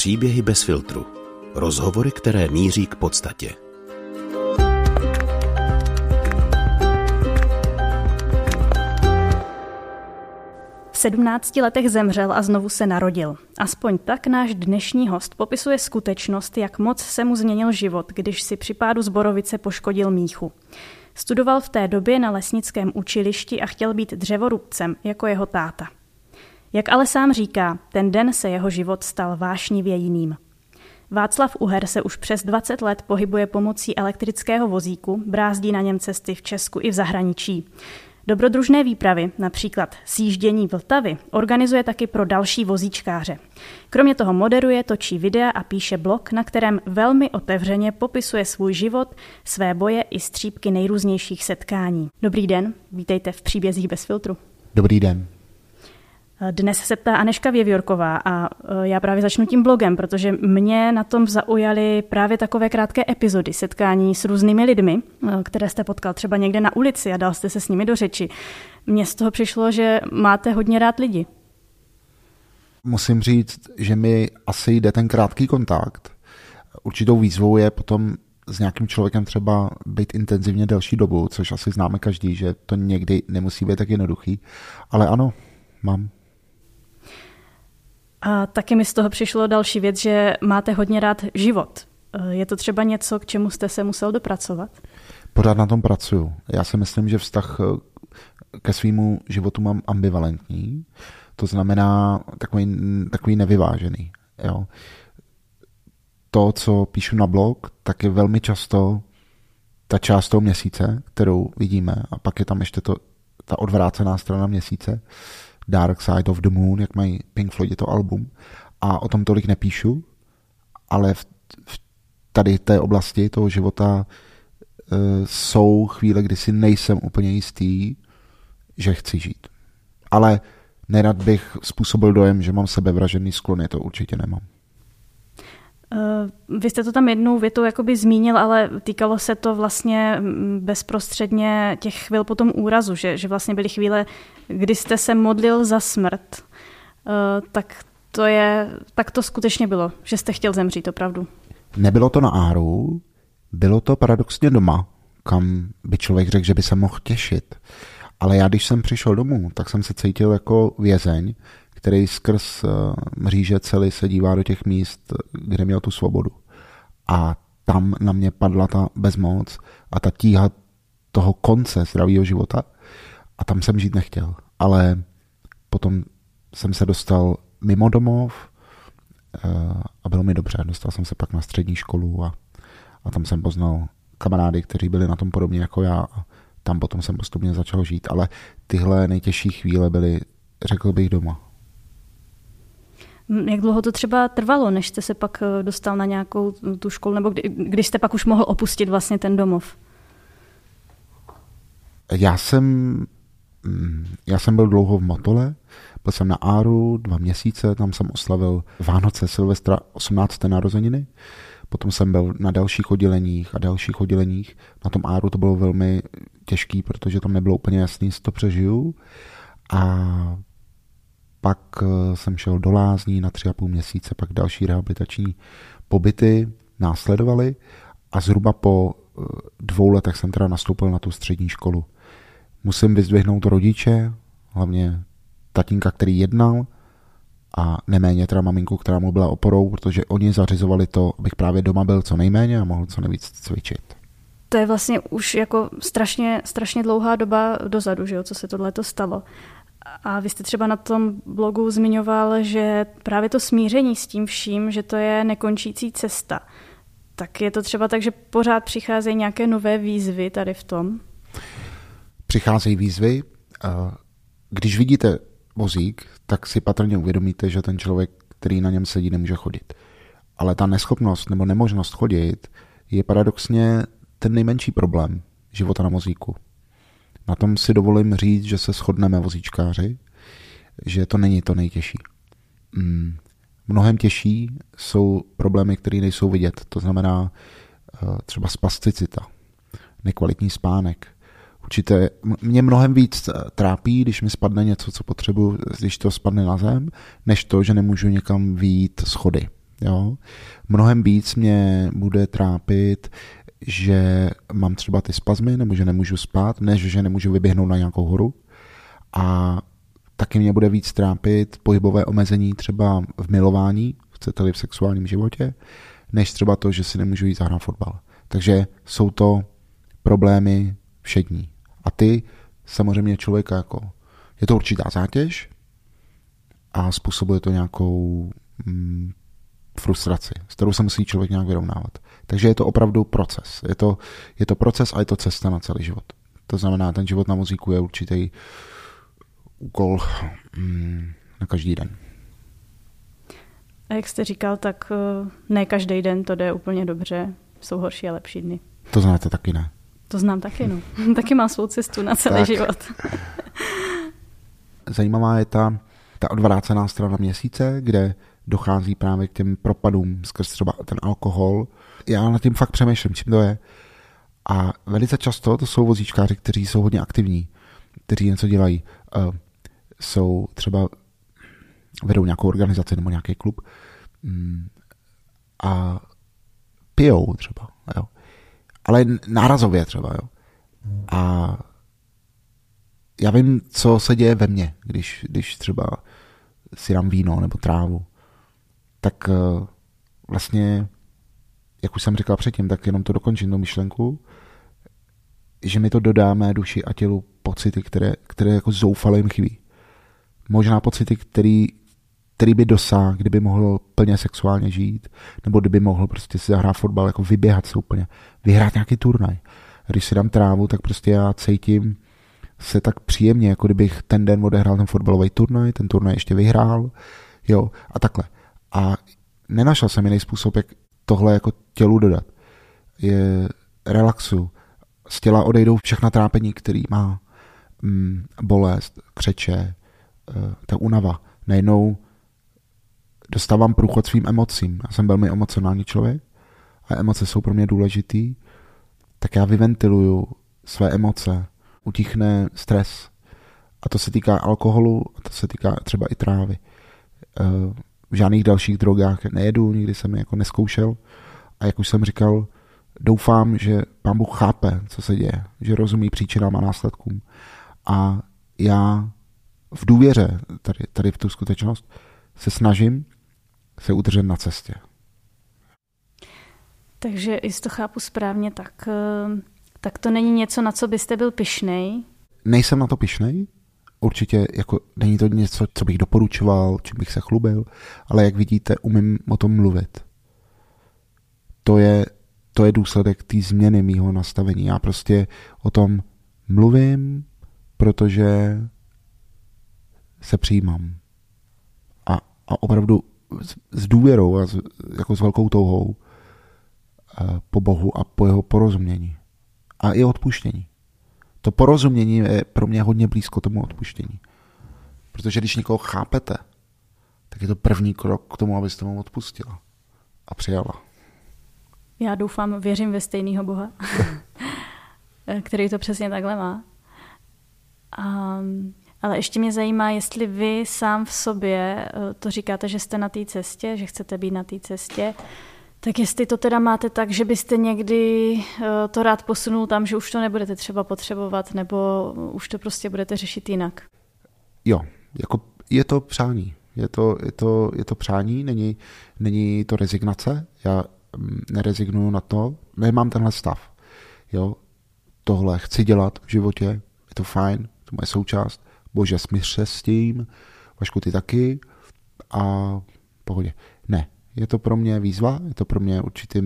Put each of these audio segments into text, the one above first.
Příběhy bez filtru. Rozhovory, které míří k podstatě. V 17 letech zemřel a znovu se narodil. Aspoň tak náš dnešní host popisuje skutečnost, jak moc se mu změnil život, když si při pádu z borovice poškodil míchu. Studoval v té době na lesnickém učilišti a chtěl být dřevorubcem, jako jeho táta. Jak ale sám říká, ten den se jeho život stal vášnivě jiným. Václav Uher se už přes 20 let pohybuje pomocí elektrického vozíku, brázdí na něm cesty v Česku i v zahraničí. Dobrodružné výpravy, například sjíždění Vltavy, organizuje taky pro další vozíčkáře. Kromě toho moderuje, točí videa a píše blog, na kterém velmi otevřeně popisuje svůj život, své boje i střípky nejrůznějších setkání. Dobrý den, vítejte v Příbězích bez filtru. Dobrý den. Dnes se ptá Anežka Věvjorková a já právě začnu tím blogem, protože mě na tom zaujaly právě takové krátké epizody setkání s různými lidmi, které jste potkal třeba někde na ulici a dal jste se s nimi do řeči. Mně z toho přišlo, že máte hodně rád lidi. Musím říct, že mi asi jde ten krátký kontakt. Určitou výzvou je potom s nějakým člověkem třeba být intenzivně delší dobu, což asi známe každý, že to někdy nemusí být tak jednoduchý. Ale ano, mám. A taky mi z toho přišlo další věc, že máte hodně rád život. Je to třeba něco, k čemu jste se musel dopracovat? Pořád na tom pracuju. Já si myslím, že vztah ke svýmu životu mám ambivalentní. To znamená takový nevyvážený. Jo. To, co píšu na blog, tak je velmi často ta část toho měsíce, kterou vidíme, a pak je tam ještě ta odvrácená strana měsíce, Dark Side of the Moon, jak mají Pink Floyd to album, a o tom tolik nepíšu, ale v tady té oblasti toho života jsou chvíle, kdy si nejsem úplně jistý, že chci žít. Ale nerad bych způsobil dojem, že mám sebevražený sklony, to určitě nemám. Vy jste to tam jednou větou jakoby zmínil, ale týkalo se to vlastně bezprostředně těch chvil po tom úrazu, že vlastně byly chvíle, kdy jste se modlil za smrt. Tak to skutečně bylo, že jste chtěl zemřít, opravdu. Nebylo to na Áru, bylo to paradoxně doma, kam by člověk řekl, že by se mohl těšit. Ale já, když jsem přišel domů, tak jsem se cítil jako vězeň, který skrz mříže cely se dívá do těch míst, kde měl tu svobodu. A tam na mě padla ta bezmoc a ta tíha toho konce zdravého života a tam jsem žít nechtěl. Ale potom jsem se dostal mimo domov a bylo mi dobře. Dostal jsem se pak na střední školu a tam jsem poznal kamarády, kteří byli na tom podobně jako já a tam potom jsem postupně začal žít. Ale tyhle nejtěžší chvíle byly, řekl bych, doma. Jak dlouho to třeba trvalo, než jste se pak dostal na nějakou tu školu, nebo když jste pak už mohl opustit vlastně ten domov? Já jsem byl dlouho v Motole, byl jsem na Áru 2 měsíce, tam jsem oslavil Vánoce, Silvestra, 18. narozeniny. Potom jsem byl na dalších odděleních. Na tom Áru to bylo velmi těžký, protože tam nebylo úplně jasný, jestli to přežiju. A pak jsem šel do lázní na 3,5 měsíce, pak další rehabilitační pobyty následovaly a zhruba po 2 letech jsem teda nastoupil na tu střední školu. Musím vyzdvihnout rodiče, hlavně tatínka, který jednal, a neméně teda maminku, která mu byla oporou, protože oni zařizovali to, abych právě doma byl co nejméně a mohl co nejvíc cvičit. To je vlastně už jako strašně dlouhá doba dozadu, že jo, co se tohleto stalo. A vy jste třeba na tom blogu zmiňoval, že právě to smíření s tím vším, že to je nekončící cesta. Tak je to třeba tak, že pořád přicházejí nějaké nové výzvy tady v tom? Přicházejí výzvy. Když vidíte vozík, tak si patrně uvědomíte, že ten člověk, který na něm sedí, nemůže chodit. Ale ta neschopnost nebo nemožnost chodit je paradoxně ten nejmenší problém života na vozíku. Na tom si dovolím říct, že se shodneme vozíčkáři, že to není to nejtěžší. Mnohem těžší jsou problémy, které nejsou vidět. To znamená třeba spasticita, nekvalitní spánek. Určitě mě mnohem víc trápí, když mi spadne něco, co potřebuji, když to spadne na zem, než to, že nemůžu někam vyjít schody. Jo. Mnohem víc mě bude trápit, že mám třeba ty spazmy, nebo že nemůžu spát, než že nemůžu vyběhnout na nějakou horu. A taky mě bude víc trápit pohybové omezení třeba v milování, chcete-li v sexuálním životě, než třeba to, že si nemůžu jít zahrát fotbal. Takže jsou to problémy všední. A ty samozřejmě člověka jako, je to určitá zátěž a způsobuje to nějakou frustraci, s kterou se musí člověk nějak vyrovnávat. Takže je to opravdu proces. Je to proces a je to cesta na celý život. To znamená, ten život na vozíku je určitý úkol na každý den. A jak jste říkal, tak ne každý den to jde úplně dobře. Jsou horší a lepší dny. To znáte taky, ne? To znám taky, no. Taky mám svou cestu na celý život. Zajímavá je ta odvrácená strana měsíce, kde dochází právě k těm propadům skrz třeba ten alkohol. Já nad tím fakt přemýšlím, čím to je. A velice často to jsou vozíčkáři, kteří jsou hodně aktivní, kteří něco dělají. Jsou třeba, vedou nějakou organizaci nebo nějaký klub a pijou třeba, jo. Ale nárazově třeba, jo. A já vím, co se děje ve mně, když třeba si dám víno nebo trávu. Tak vlastně, jak už jsem říkal předtím, tak jenom to dokončím, tu myšlenku, že mi to dodá mé duši a tělu pocity, které jako zoufale jim chybí. Možná pocity, který by dosáhl, kdyby mohl plně sexuálně žít, nebo kdyby mohl prostě si zahrát fotbal, jako vyběhat se úplně, vyhrát nějaký turnaj. A když si dám trávu, tak prostě já cítím se tak příjemně, jako kdybych ten den odehrál ten fotbalový turnaj, ten turnaj ještě vyhrál, jo, a takhle. A nenašel jsem jiný způsob, jak tohle jako tělu dodat. Je relaxu. Z těla odejdou všechna trápení, který má bolest, křeče, ta únava. Najednou dostávám průchod svým emocím. Já jsem velmi emocionální člověk a emoce jsou pro mě důležitý, tak já vyventiluju své emoce, utichne stres. A to se týká alkoholu, a to se týká třeba i trávy. V žádných dalších drogách nejedu, nikdy jsem je jako neskoušel. A jak už jsem říkal, doufám, že Pán Bůh chápe, co se děje, že rozumí příčinám a následkům. A já v důvěře tady v tu skutečnost se snažím se udržet na cestě. Takže jestli to chápu správně, tak to není něco, na co byste byl pyšnej? Nejsem na to pyšnej. Určitě jako není to něco, co bych doporučoval, čím bych se chlubil, ale jak vidíte, umím o tom mluvit. To je důsledek té změny mýho nastavení. Já prostě o tom mluvím, protože se přijímám. A opravdu s důvěrou a jako s velkou touhou po Bohu a po jeho porozumění. A i odpuštění. To porozumění je pro mě hodně blízko tomu odpuštění. Protože když někoho chápete, tak je to první krok k tomu, abyste mu odpustila a přijala. Já doufám, věřím ve stejného Boha, který to přesně takhle má. Ale ještě mě zajímá, jestli vy sám v sobě to říkáte, že jste na té cestě, že chcete být na té cestě, tak jestli to teda máte tak, že byste někdy to rád posunul tam, že už to nebudete třeba potřebovat, nebo už to prostě budete řešit jinak? Jo, jako je to přání. Je to přání, není to rezignace. Já nerezignuju na to, nemám tenhle stav. Jo, tohle chci dělat v životě, je to fajn, to moje součást. Bože, smíř se s tím, Vašku, ty taky a pohodě. Ne, je to pro mě výzva, je to pro mě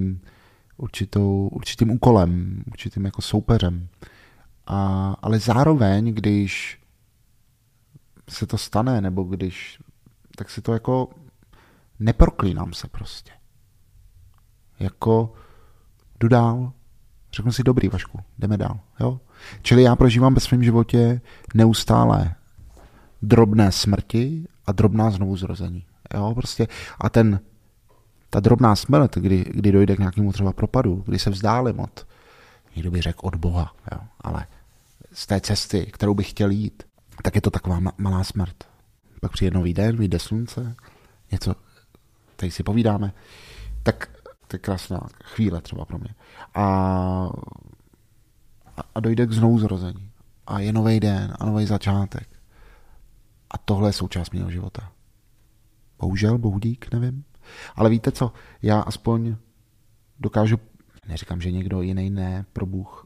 určitým úkolem, určitým jako soupeřem. Ale zároveň, když se to stane, nebo tak si to jako neproklínám se prostě. Jako jdu dál, řeknu si dobrý, Vašku, jdeme dál. Jo? Čili já prožívám ve svém životě neustále drobné smrti a drobná znovuzrození. Jo? Prostě. A ta drobná smrt, kdy dojde k nějakému třeba propadu, kdy se vzdálím někdo by řekl od Boha, jo? Ale z té cesty, kterou bych chtěl jít, tak je to taková malá smrt. Pak přijde nový den, vyjde slunce, něco tady si povídáme, tak to je krásná chvíle třeba pro mě. A dojde k znovuzrození. A je nový den a nový začátek. A tohle je součást mého života. Bohužel, bohudík, nevím. Ale víte co, já aspoň dokážu, neříkám, že někdo jiný ne, pro Bůh.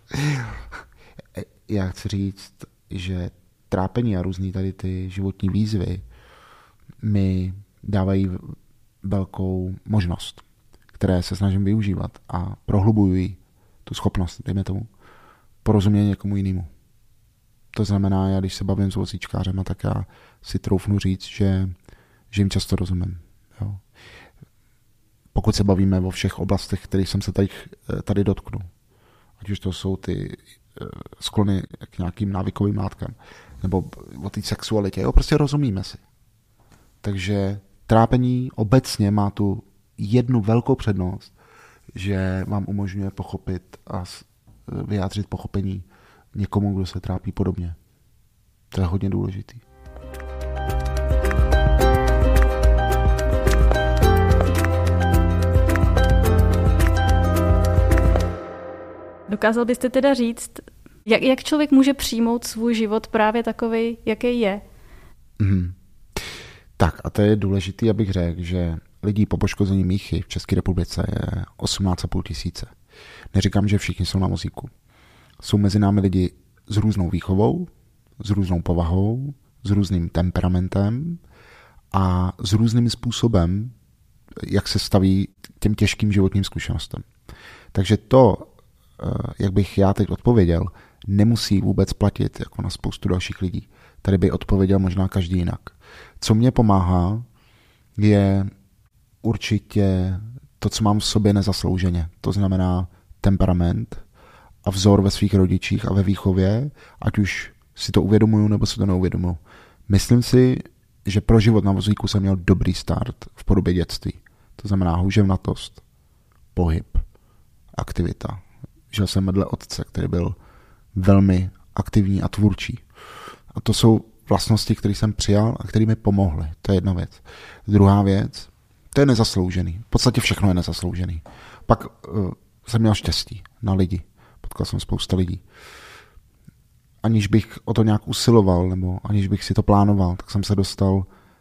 Já chci říct, že trápení a různý tady ty životní výzvy mi dávají velkou možnost, které se snažím využívat a prohlubují tu schopnost, dejme tomu, porozumět někomu jinému. To znamená, já když se bavím s vozíčkářem, tak já si troufnu říct, že jim často rozumím. Jo. Pokud se bavíme o všech oblastech, kterých jsem se tady dotknul, ať už to jsou ty sklony k nějakým návykovým látkám, nebo o té sexualitě, jo, prostě rozumíme si. Takže trápení obecně má tu jednu velkou přednost, že vám umožňuje pochopit a vyjádřit pochopení někomu, kdo se trápí podobně. To je hodně důležitý. Dokázal byste teda říct, jak člověk může přijmout svůj život právě takovej, jaký je? Tak a to je důležitý, abych řekl, že lidí po poškození míchy v České republice je 18,5 tisíce. Neříkám, že všichni jsou na vozíku. Jsou mezi námi lidi s různou výchovou, s různou povahou, s různým temperamentem a s různým způsobem, jak se staví těm těžkým životním zkušenostem. Takže to, jak bych já teď odpověděl, nemusí vůbec platit jako na spoustu dalších lidí. Tady by odpověděl možná každý jinak. Co mě pomáhá, je určitě to, co mám v sobě nezaslouženě. To znamená temperament a vzor ve svých rodičích a ve výchově, ať už si to uvědomuju, nebo si to neuvědomuju. Myslím si, že pro život na vozíku jsem měl dobrý start v podobě dětství. To znamená houževnatost, pohyb, aktivita. Žil jsem vedle otce, který byl velmi aktivní a tvůrčí. A to jsou vlastnosti, které jsem přijal a které mi pomohly. To je jedna věc. Druhá věc, to je nezasloužený. V podstatě všechno je nezasloužený. Pak jsem měl štěstí na lidi. Potkal jsem spousta lidí. Aniž bych o to nějak usiloval, nebo aniž bych si to plánoval, tak jsem se dostal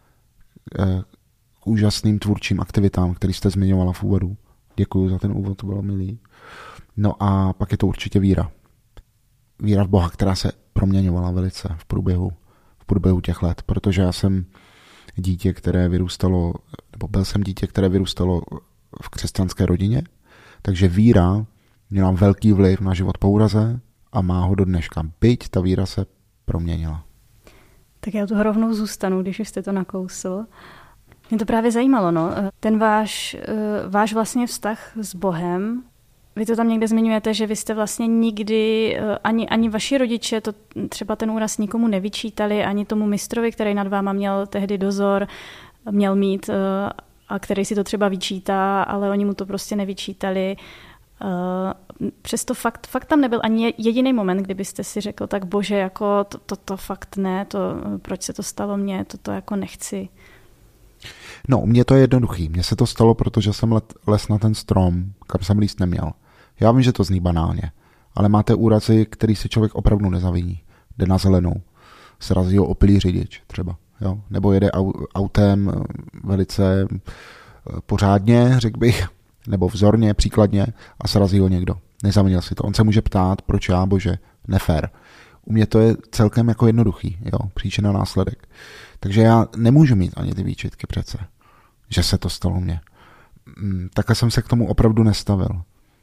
k úžasným tvůrčím aktivitám, které jste zmiňovala v úvodu. Děkuji za ten úvod, to bylo milý. No a pak je to určitě víra. Víra v Boha, která se proměňovala velice v průběhu těch let, protože já jsem dítě, které vyrůstalo, nebo byl jsem dítě, které vyrůstalo v křesťanské rodině, takže víra měla velký vliv na život po úraze a má ho do dneška. Byť ta víra se proměnila. Tak já tu rovnou zůstanu, když jste to nakousl. Mě to právě zajímalo, no. Ten váš vlastně vztah s Bohem, vy to tam někde zmiňujete, že vy jste vlastně nikdy, ani vaši rodiče, to třeba ten úraz nikomu nevyčítali, ani tomu mistrovi, který nad váma měl tehdy dozor, měl mít a který si to třeba vyčítá, ale oni mu to prostě nevyčítali. Přesto fakt tam nebyl ani jediný moment, kdybyste si řekl, tak bože, jako to fakt ne, proč se to stalo mně, to jako nechci. No, u mě to je jednoduchý. Mně se to stalo, protože jsem les na ten strom, kam jsem líst neměl. Já vím, že to zní banálně, ale máte úrazy, který si člověk opravdu nezaviní. Jde na zelenou, srazí ho opilý řidič třeba, jo? Nebo jede autem velice pořádně, řekl bych, nebo vzorně, příkladně a srazí ho někdo. Nezavinil si to. On se může ptát, proč já, bože, nefér. U mě to je celkem jako jednoduchý, jo? Příčina, následek. Takže já nemůžu mít ani ty výčitky přece, že se to stalo mně. Takhle jsem se k tomu opravdu nestavil.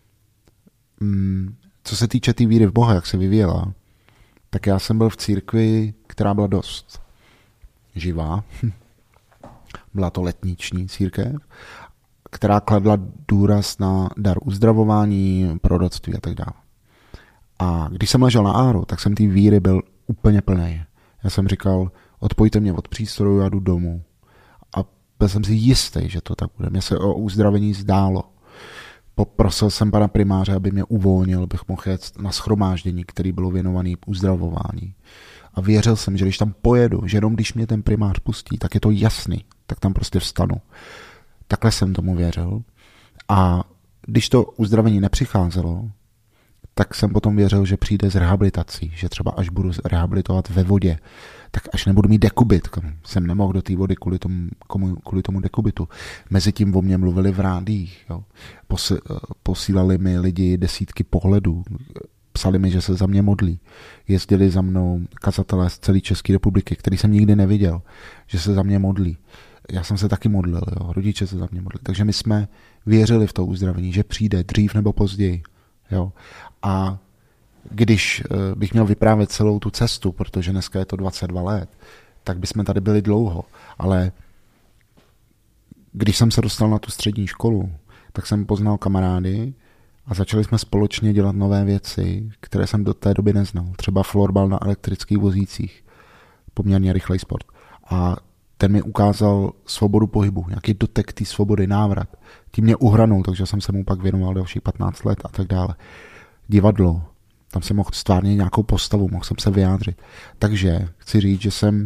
Co se týče té víry v Boha, jak se vyvíjela, tak já jsem byl v církvi, která byla dost živá. Byla to letniční církev, která kladla důraz na dar uzdravování, proroctví a tak dále. A když jsem ležel na áru, tak jsem té víry byl úplně plný. Já jsem říkal, odpojte mě od přístroju, já jdu domů. A byl jsem si jistý, že to tak bude. Mně se o uzdravení zdálo. Poprosil jsem pana primáře, aby mě uvolnil, abych mohl jet na shromáždění, který bylo věnovaný uzdravování. A věřil jsem, že když tam pojedu, že jenom když mě ten primář pustí, tak je to jasný, tak tam prostě vstanu. Takhle jsem tomu věřil. A když to uzdravení nepřicházelo, tak jsem potom věřil, že přijde s rehabilitací, že třeba až budu rehabilitovat ve vodě, tak až nebudu mít dekubit. Jsem nemohl do té vody kvůli tomu dekubitu. Mezitím o mě mluvili v rádiích. Jo. Posílali mi lidi desítky pohledů. Psali mi, že se za mě modlí. Jezdili za mnou kazatelé z celé České republiky, který jsem nikdy neviděl, že se za mě modlí. Já jsem se taky modlil, jo. Rodiče se za mě modlili. Takže my jsme věřili v to uzdravení, že přijde dřív nebo později. Jo. A když bych měl vyprávět celou tu cestu, protože dneska je to 22 let, tak bychom tady byli dlouho. Ale když jsem se dostal na tu střední školu, tak jsem poznal kamarády a začali jsme společně dělat nové věci, které jsem do té doby neznal. Třeba florbal na elektrických vozících. Poměrně rychlej sport. A ten mi ukázal svobodu pohybu, nějaký dotek té svobody, návrat. Tím mě uhranul, takže jsem se mu pak věnoval dalších 15 let a tak dále. Divadlo, tam jsem mohl stvárnit nějakou postavu, mohl jsem se vyjádřit. Takže chci říct, že jsem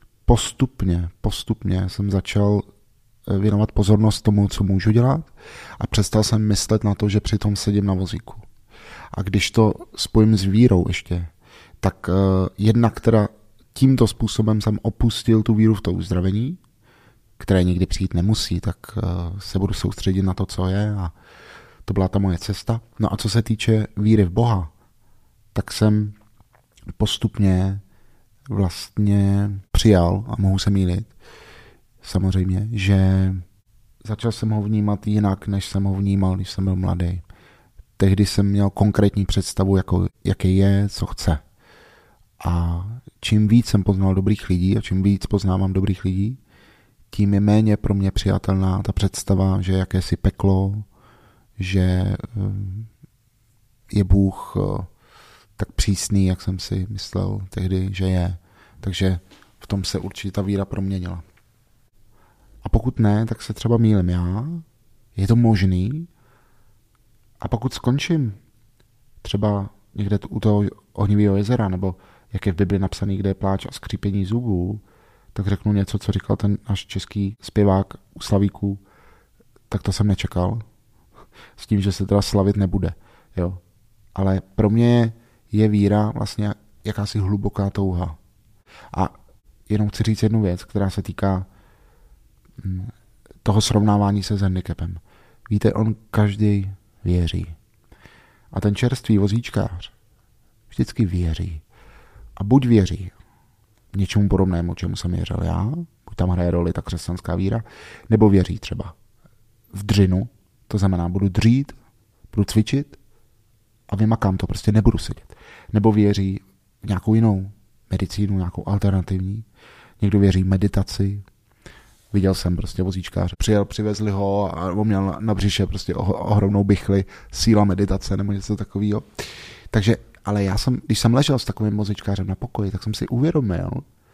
postupně jsem začal věnovat pozornost tomu, co můžu dělat a přestal jsem myslet na to, že přitom sedím na vozíku. A když to spojím s vírou ještě, tak jednak teda tímto způsobem jsem opustil tu víru v to uzdravení, které nikdy přijít nemusí, tak se budu soustředit na to, co je a to byla ta moje cesta. No a co se týče víry v Boha, tak jsem postupně vlastně přijal, a mohu se mýlit, samozřejmě, že začal jsem ho vnímat jinak, než jsem ho vnímal, když jsem byl mladý. Tehdy jsem měl konkrétní představu, jaký je, co chce. A čím víc jsem poznal dobrých lidí a čím víc poznávám dobrých lidí, tím je méně pro mě přijatelná ta představa, že jakési peklo, že je Bůh tak přísný, jak jsem si myslel tehdy, že je. Takže v tom se určitě ta víra proměnila. A pokud ne, tak se třeba mýlím já, je to možný, a pokud skončím třeba někde u toho ohnivého jezera, nebo jak je v Bibli napsaný, kde je pláč a skřípění zubů, tak řeknu něco, co říkal ten náš český zpěvák u Slavíků, tak to jsem nečekal. S tím, že se teda slavit nebude. Jo. Ale pro mě je víra vlastně jakási hluboká touha. A jenom chci říct jednu věc, která se týká toho srovnávání se s handicapem. Víte, on každý věří. A ten čerstvý vozíčkář vždycky věří. A buď věří něčemu podobnému, čemu jsem věřil já, buď tam hraje roli ta křesťanská víra, nebo věří třeba v dřinu, to znamená, budu dřít, budu cvičit a vymakám to, prostě nebudu sedět. Nebo věří v nějakou jinou medicínu, nějakou alternativní. Někdo věří meditaci. Viděl jsem prostě vozíčkáře. Přivezli ho a on měl na břiše prostě ohromnou bychli, síla meditace nebo něco takového. Takže, ale když jsem ležel s takovým vozíčkářem na pokoji, tak jsem si uvědomil,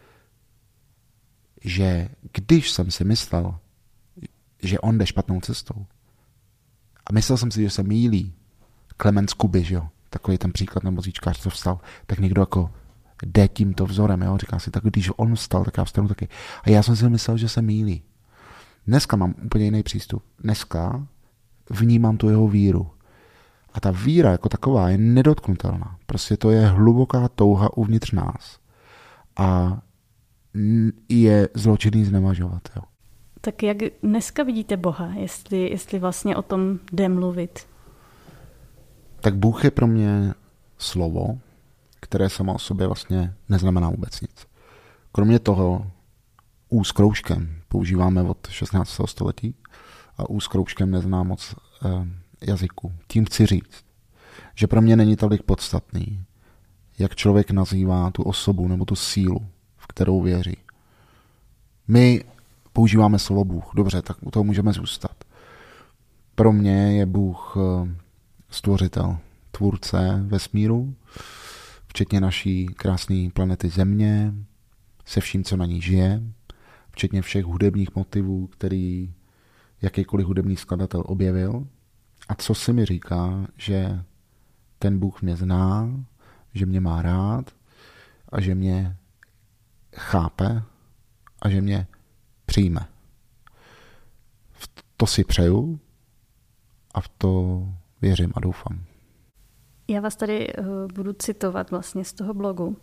že když jsem si myslel, že on jde špatnou cestou, a myslel jsem si, že se mýlí, Klement z Kuby, že jo, takový ten příklad na vozíčkář, co vstal, tak někdo jako jde tímto vzorem, jo, říká si, tak když on vstal, tak já vstanu taky. A já jsem si myslel, že se mýlí. Dneska mám úplně jiný přístup. Dneska vnímám tu jeho víru. A ta víra jako taková je nedotknutelná. Prostě to je hluboká touha uvnitř nás. A je zločinný znevažovat, jo. Tak jak dneska vidíte Boha, jestli vlastně o tom jde mluvit? Tak Bůh je pro mě slovo, které samo o sobě vlastně neznamená vůbec nic. Kromě toho U s kroužkem používáme od 16. století a U s kroužkem nezná moc jazyku. Tím chci říct, že pro mě není tolik podstatný, jak člověk nazývá tu osobu nebo tu sílu, v kterou věří. My používáme slovo Bůh. Dobře, tak u toho můžeme zůstat. Pro mě je Bůh stvořitel, tvůrce vesmíru, včetně naší krásné planety Země, se vším, co na ní žije, včetně všech hudebních motivů, který jakýkoliv hudební skladatel objevil. A co si mi říká, že ten Bůh mě zná, že mě má rád a že mě chápe a že mě přijme. to si přeju a v to věřím a doufám. Já vás tady budu citovat vlastně z toho blogu.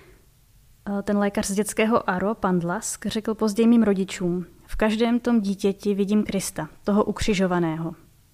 Ten lékař z dětského ARO, pan Dlask, řekl později mým rodičům: v každém tom dítěti vidím Krista, toho ukřižovaného.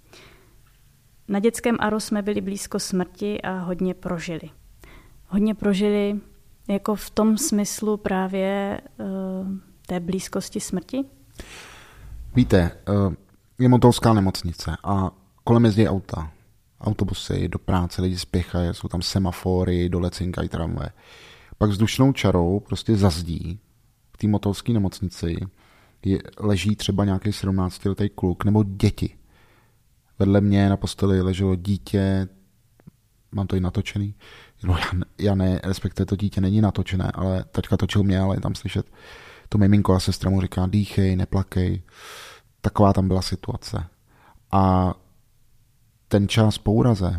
Na dětském ARO jsme byli blízko smrti a hodně prožili. Hodně prožili jako v tom smyslu právě té blízkosti smrti? Víte, je Motolská nemocnice a kolem jezdí auta. Autobusy do práce, lidi spěchají, jsou tam semafory, dole cinkají tramvaje. Pak vzdušnou čarou prostě zazdí v té Motolské nemocnici leží třeba nějaký 17letý kluk nebo děti. Vedle mě na posteli leželo dítě, mám to i natočený. No já ne, respektive to dítě není natočené, ale taťka točil mě, ale je tam slyšet to miminko a sestra mu říká: dýchej, neplakej. Taková tam byla situace. A ten čas po úraze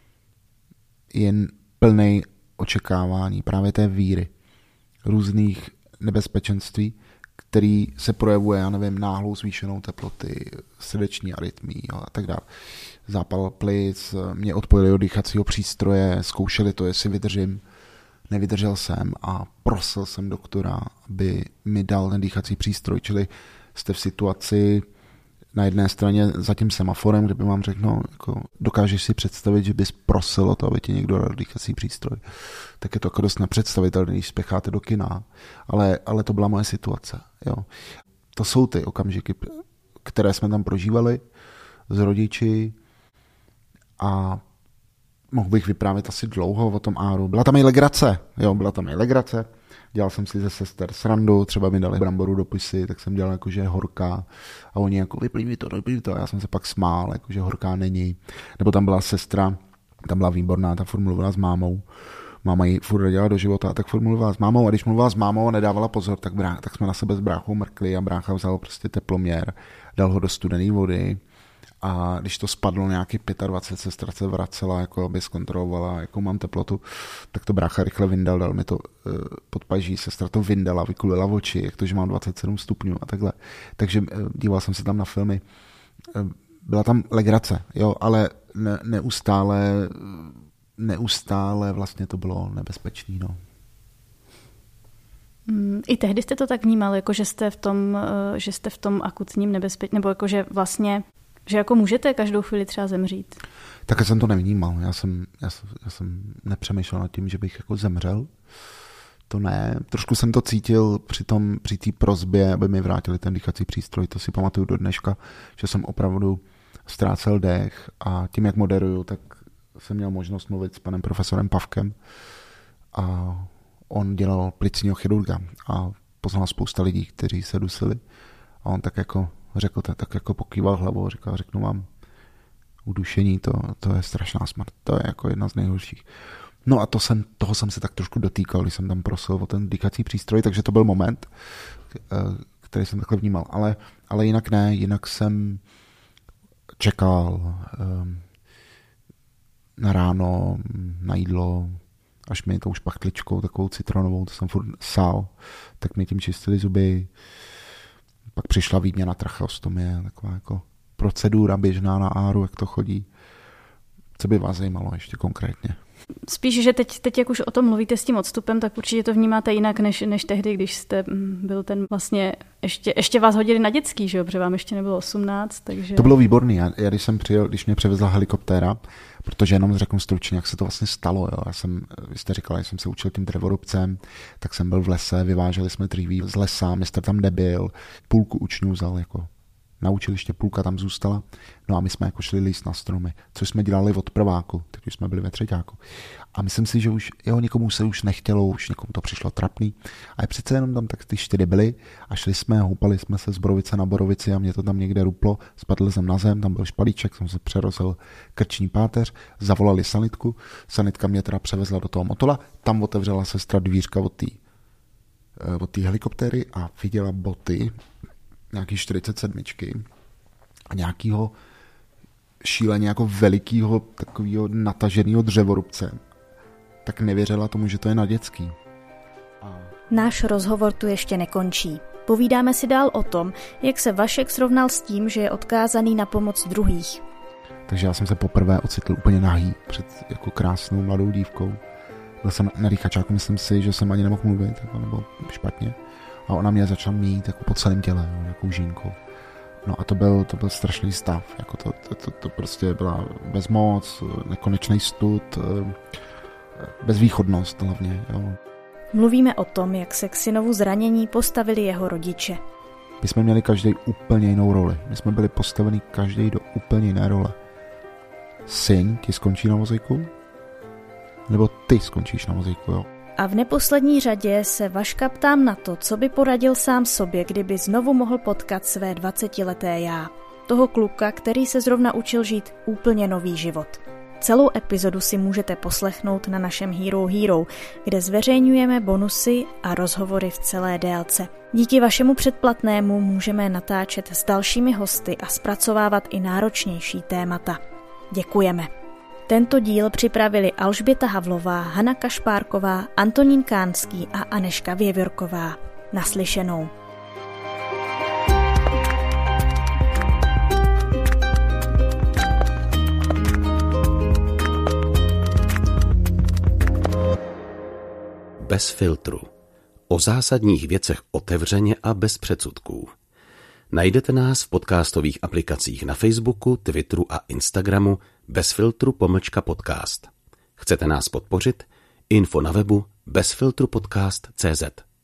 je plnej očekávání právě té víry, různých nebezpečenství, který se projevuje, já nevím, náhlou zvýšenou teploty, srdeční arytmii a tak dále. Zápal plic, mě odpojili od dýchacího přístroje, zkoušeli to, jestli vydržím. Nevydržel jsem a prosil jsem doktora, aby mi dal ten dýchací přístroj, čili jste v situaci na jedné straně za tím semaforem, kde by vám řekl, no, jako, dokážeš si představit, že bys prosil o to, aby ti někdo dal dýchací přístroj. Tak je to jako dost nepředstavitelné, když spěcháte do kina, ale to byla moje situace. Jo. To jsou ty okamžiky, které jsme tam prožívali s rodiči a mohl bych vyprávět asi dlouho o tom áru. Byla tam i legrace, Dělal jsem si ze sester srandu, třeba mi dali bramboru do pusy, tak jsem dělal jako, že je horká a oni jako vyplí to. A já jsem se pak smál, jako, že horká není. Nebo tam byla sestra, tam byla výborná, ta furt mluvila s mámou. Máma ji furt dělala do života, tak furt mluvila s mámou a když mluvila s mámou a nedávala pozor, tak jsme na sebe s bráchou mrkli a brácha vzal prostě teploměr, dal ho do studené vody. A když to spadlo nějaký 25, sestra se vracela, jako aby zkontrolovala, jakou mám teplotu, tak to brácha rychle vyndal, dal mi to pod paží, sestra to vyndala, vykulila oči, jak to, že mám 27 stupňů a takhle. Takže díval jsem se tam na filmy. Byla tam legrace, jo, ale neustále vlastně to bylo nebezpečný, no. I tehdy jste to tak vnímal, jako že jste v tom akutním nebezpečí, nebo jako že vlastně že jako můžete každou chvíli třeba zemřít? Tak jsem to nevnímal. Já jsem nepřemýšlel nad tím, že bych jako zemřel. To ne. Trošku jsem to cítil při té prosbě, aby mi vrátili ten dýchací přístroj. To si pamatuju do dneška, že jsem opravdu ztrácel dech a tím, jak moderuju, tak jsem měl možnost mluvit s panem profesorem Pavkem a on dělal plicního chirurga a poznal spousta lidí, kteří se dusili a on tak jako řekl, tak jako pokýval hlavou a řeknu vám, udušení, to je strašná smrt. To je jako jedna z nejhorších. No a toho jsem se tak trošku dotýkal, když jsem tam prosil o ten dýchací přístroj, takže to byl moment, který jsem takhle vnímal. Ale jinak ne, jinak jsem čekal na ráno, na jídlo, až mi tou špachtličkou takovou citronovou, to jsem furt sál, tak mi tím čistili zuby. Pak přišla výměna tracheostomie, taková jako procedura běžná na áru, jak to chodí. Co by vás zajímalo ještě konkrétně? Spíš, že teď jak už o tom mluvíte s tím odstupem, tak určitě to vnímáte jinak, než tehdy, když jste byl ten vlastně, ještě vás hodili na dětský, že jo, protože vám ještě nebylo 18, takže... To bylo výborný, já když jsem přijel, když mě převezla helikoptéra, protože jenom řeknu stručně, jak se to vlastně stalo, jo. Vy jste říkala, že jsem se učil tím drevorubcem, tak jsem byl v lese, vyváželi jsme dříví z lesa, mistr tam nebyl, půlku učňů vzal jako na učiliště, půlka tam zůstala, no a my jsme jako šli líst na stromy, což jsme dělali od prváku, teď už jsme byli ve třeťáku. A myslím si, že už někomu se už nechtělo, už někomu to přišlo trapný. A přece jenom tam tak ty 4 byli a šli jsme, houpali jsme se z borovice na borovici a mě to tam někde ruplo, spadl jsem na zem, tam byl špalíček, jsem se přerozil krční páteř, zavolali sanitku, sanitka mě teda převezla do toho Motola, tam otevřela sestra dvířka od té helikoptéry a viděla boty, nějaký 47 a nějakýho šíleně jako velikýho takovýho nataženýho dřevorubce. Tak nevěřila tomu, že to je na dětský. Náš rozhovor tu ještě nekončí. Povídáme si dál o tom, jak se Vašek srovnal s tím, že je odkázaný na pomoc druhých. Takže já jsem se poprvé ocitl úplně nahý před jako krásnou mladou dívkou. Byl jsem na dýchačáku, myslím si, že jsem ani nemohl mluvit, jako, nebo špatně. A ona mě začala mít jako po celém těle, nějakou žínku. No a to byl strašný stav. Jako to prostě byla bezmoc, nekonečný stud, bezvýchodnost hlavně. Jo. Mluvíme o tom, jak se k synovu zranění postavili jeho rodiče. My jsme měli každý úplně jinou roli. My jsme byli postaveni každý do úplně jiné role. Syn ti skončí na vozíku? Nebo ty skončíš na vozíku, jo? A v neposlední řadě se Vaška ptám na to, co by poradil sám sobě, kdyby znovu mohl potkat své 20leté já. Toho kluka, který se zrovna učil žít úplně nový život. Celou epizodu si můžete poslechnout na našem Hero Hero, kde zveřejňujeme bonusy a rozhovory v celé délce. Díky vašemu předplatnému můžeme natáčet s dalšími hosty a zpracovávat i náročnější témata. Děkujeme. Tento díl připravili Alžběta Havlová, Hana Kašpárková, Antonín Kánský a Anežka Věvorková. Naslyšenou. Bez filtru. O zásadních věcech otevřeně a bez předsudků. Najdete nás v podcastových aplikacích na Facebooku, Twitteru a Instagramu bezfiltru_podcast. Chcete nás podpořit? Info na webu bezfiltrupodcast.cz